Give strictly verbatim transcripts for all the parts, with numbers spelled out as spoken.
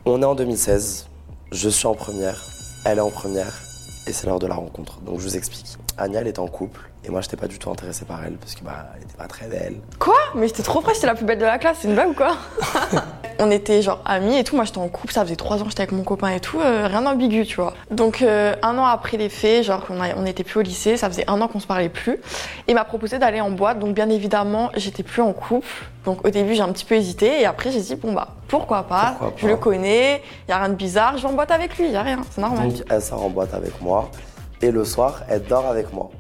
On est en deux mille seize, je suis en première, elle est en première, et c'est l'heure de la rencontre. Donc je vous explique. Anya, elle était en couple, et moi, j'étais pas du tout intéressé par elle, parce que bah, elle était pas très belle. Quoi? Mais j'étais trop fraîche, j'étais la plus belle de la classe, c'est une blague ou quoi? On était genre amis et tout, moi j'étais en couple, ça faisait trois ans que j'étais avec mon copain et tout, euh, rien d'ambigu, tu vois. Donc euh, un an après les faits, genre on, a, on était plus au lycée, ça faisait un an qu'on se parlait plus, et il m'a proposé d'aller en boîte, donc bien évidemment j'étais plus en couple, donc au début j'ai un petit peu hésité, et après j'ai dit bon bah pourquoi pas, Pourquoi pas. Je le connais, y a rien de bizarre, je vais en boîte avec lui, y a rien, c'est normal. Donc elle sort en boîte avec moi, et le soir, elle dort avec moi.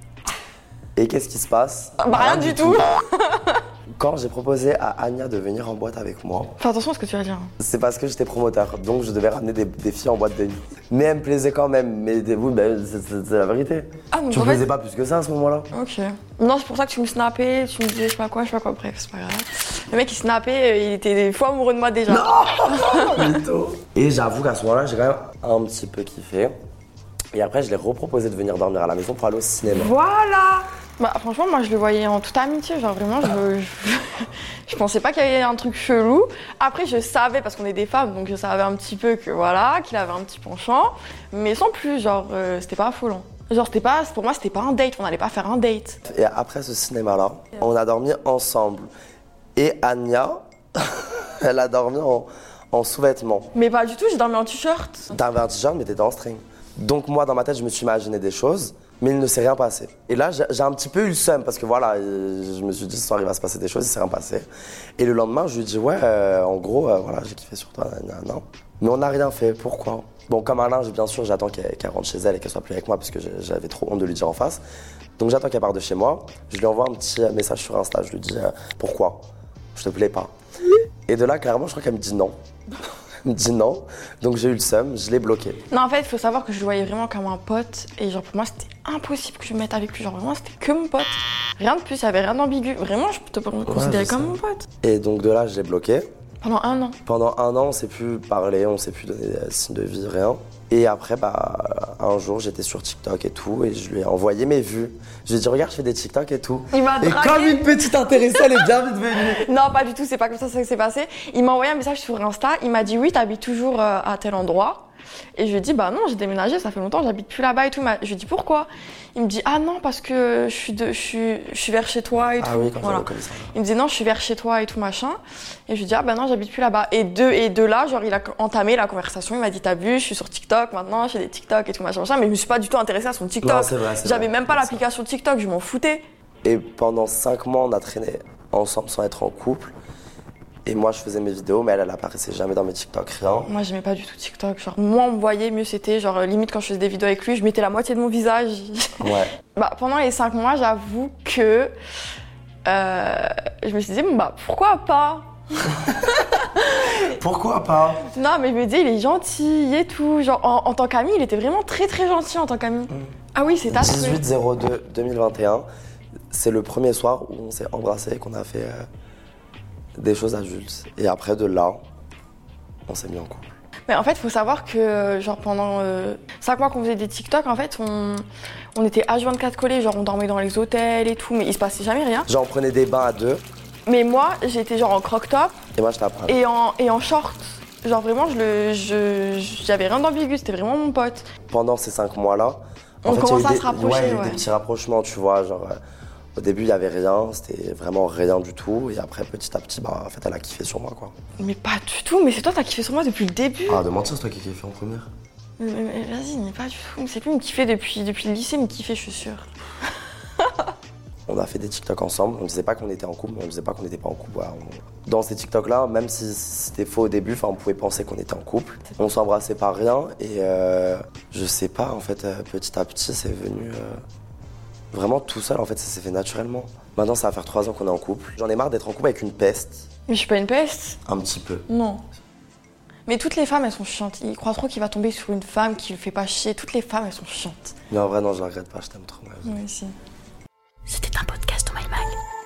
Et qu'est-ce qui se passe? Bah rien, rien du tout, tout. Quand j'ai proposé à Anya de venir en boîte avec moi, fais attention à ce que tu vas dire. C'est parce que j'étais promoteur, donc je devais ramener des, des filles en boîte de nuit. Mais elle me plaisait quand même, mais des, oui, ben, c'est, c'est, c'est la vérité. Ah, donc tu me en fait... plaisais pas plus que ça à ce moment-là? Ok. Non, c'est pour ça que tu me snappais, tu me disais je sais pas quoi, je sais pas quoi, bref, c'est pas grave. Le mec il snappait, il était des fois amoureux de moi déjà. Non. Mytho. Et j'avoue qu'à ce moment-là, j'ai quand même un petit peu kiffé. Et après, je l'ai reproposé de venir dormir à la maison pour aller au cinéma. Voilà. Bah franchement, moi je le voyais en toute amitié, genre vraiment, je, je, je pensais pas qu'il y avait un truc chelou. Après, je savais, parce qu'on est des femmes, donc je savais un petit peu que voilà, qu'il avait un petit penchant, mais sans plus, genre, euh, c'était pas affolant. Genre, c'était pas, pour moi, c'était pas un date, on allait pas faire un date. Et après ce cinéma-là, on a dormi ensemble. Et Anya, elle a dormi en, en sous-vêtements. Mais pas du tout, j'ai dormi en t-shirt. T'avais un t-shirt, mais t'étais en string. Donc moi, dans ma tête, je me suis imaginé des choses, mais il ne s'est rien passé. Et là, j'ai, j'ai un petit peu eu le seum, parce que voilà, je me suis dit, ce soir, il va se passer des choses, il s'est rien passé. Et le lendemain, je lui dis, ouais, euh, en gros, euh, voilà, j'ai kiffé sur toi, non. Mais on n'a rien fait, pourquoi? Bon, comme un linge, bien sûr, j'attends qu'elle, qu'elle rentre chez elle et qu'elle soit plus avec moi, parce que j'avais trop honte de lui dire en face. Donc j'attends qu'elle parte de chez moi, je lui envoie un petit message sur Insta, je lui dis, euh, pourquoi? Je te plais pas. Et de là, clairement, je crois qu'elle me dit non. Elle me dit non, donc j'ai eu le seum, je l'ai bloqué. Non, en fait, il faut savoir que je le voyais vraiment comme un pote, et genre pour moi, c'était impossible que je me mette avec lui, genre vraiment, c'était que mon pote. Rien de plus, il y avait rien d'ambigu, vraiment, je peux te ouais, considérer comme mon pote. Et donc de là, je l'ai bloqué. Pendant un an. Pendant un an, on s'est plus parler, on s'est plus donner des signes de vie, rien. Et après, bah, un jour, j'étais sur TikTok et tout, et je lui ai envoyé mes vues. Je lui ai dit, regarde, je fais des TikTok et tout. Il m'a dragué. Et comme une petite intéressée, elle est bien vite venue. Non, pas du tout, c'est pas comme ça que c'est passé. Il m'a envoyé un message sur Insta, il m'a dit, oui, t'habites toujours à tel endroit. Et je lui ai dit, bah non, j'ai déménagé, ça fait longtemps, j'habite plus là-bas et tout. Je lui ai dit, pourquoi? Il me dit, ah non, parce que je suis, de, je suis, je suis vers chez toi et ah tout. Oui, quand voilà. comme ça. Il me dit, non, je suis vers chez toi et tout, machin. Et je lui ai dit, ah bah non, j'habite plus là-bas. Et de, et de là, genre, il a entamé la conversation, il m'a dit, t'as vu, je suis sur TikTok maintenant, je fais des TikTok et tout, machin, machin. Mais je me suis pas du tout intéressée à son TikTok. Non, c'est vrai, c'est J'avais vrai, même pas c'est l'application TikTok, je m'en foutais. Et pendant cinq mois, on a traîné ensemble sans être en couple. Et moi, je faisais mes vidéos, mais elle, elle apparaissait jamais dans mes TikTok, rien. Moi, j'aimais pas du tout TikTok. Genre, moi, on me voyait, mieux c'était. Genre, limite, quand je faisais des vidéos avec lui, je mettais la moitié de mon visage. Ouais. Bah, pendant les cinq mois, j'avoue que euh, je me suis dit, bon, bah, pourquoi pas? Pourquoi pas? Non, mais je me dis, il est gentil et tout. Genre, en, en tant qu'ami, il était vraiment très, très gentil en tant qu'ami. Mm. Ah oui, c'est tatoué. dix-huit zéro deux deux mille vingt et un, c'est le premier soir où on s'est embrassé et qu'on a fait euh, des choses adultes. Et après, de là, on s'est mis en couple. Mais en fait, il faut savoir que genre pendant euh, cinq mois qu'on faisait des TikTok, en fait, on, on était H vingt-quatre collés, genre on dormait dans les hôtels et tout, mais il se passait jamais rien. Genre on prenait des bains à deux. Mais moi, j'étais genre en croc-top. Et moi, je t'apprends. Et en, et en short. Genre vraiment, je le, je, j'avais rien d'ambigu, c'était vraiment mon pote. Pendant ces cinq mois-là, on commençait à se rapprocher. Ouais, il y a eu ouais. des petits rapprochements, tu vois, genre... Euh, Au début, il n'y avait rien, c'était vraiment rien du tout. Et après, petit à petit, bah, en fait, elle a kiffé sur moi, quoi. Mais pas du tout, mais c'est toi, t'as kiffé sur moi depuis le début. Ah, de mentir, c'est toi qui kiffais en première. Mais, mais vas-y, mais pas du tout. C'est plus me kiffer depuis, depuis le lycée, me kiffer, je suis sûre. On a fait des TikTok ensemble, on disait pas qu'on était en couple, mais on disait pas qu'on n'était pas en couple. Voilà, on... Dans ces TikTok-là, même si c'était faux au début, on pouvait penser qu'on était en couple. On s'embrassait pas rien, et euh, je sais pas, en fait, euh, petit à petit, c'est venu... Euh... Vraiment tout seul, en fait, ça s'est fait naturellement. Maintenant, ça va faire trois ans qu'on est en couple. J'en ai marre d'être en couple avec une peste. Mais je suis pas une peste. Un petit peu. Non. Mais toutes les femmes, elles sont chiantes. Ils croient trop qu'il va tomber sur une femme qui le fait pas chier. Toutes les femmes, elles sont chiantes. Mais en vrai, non, je la regrette pas, je t'aime trop. Moi aussi. C'était un podcast au My Mag.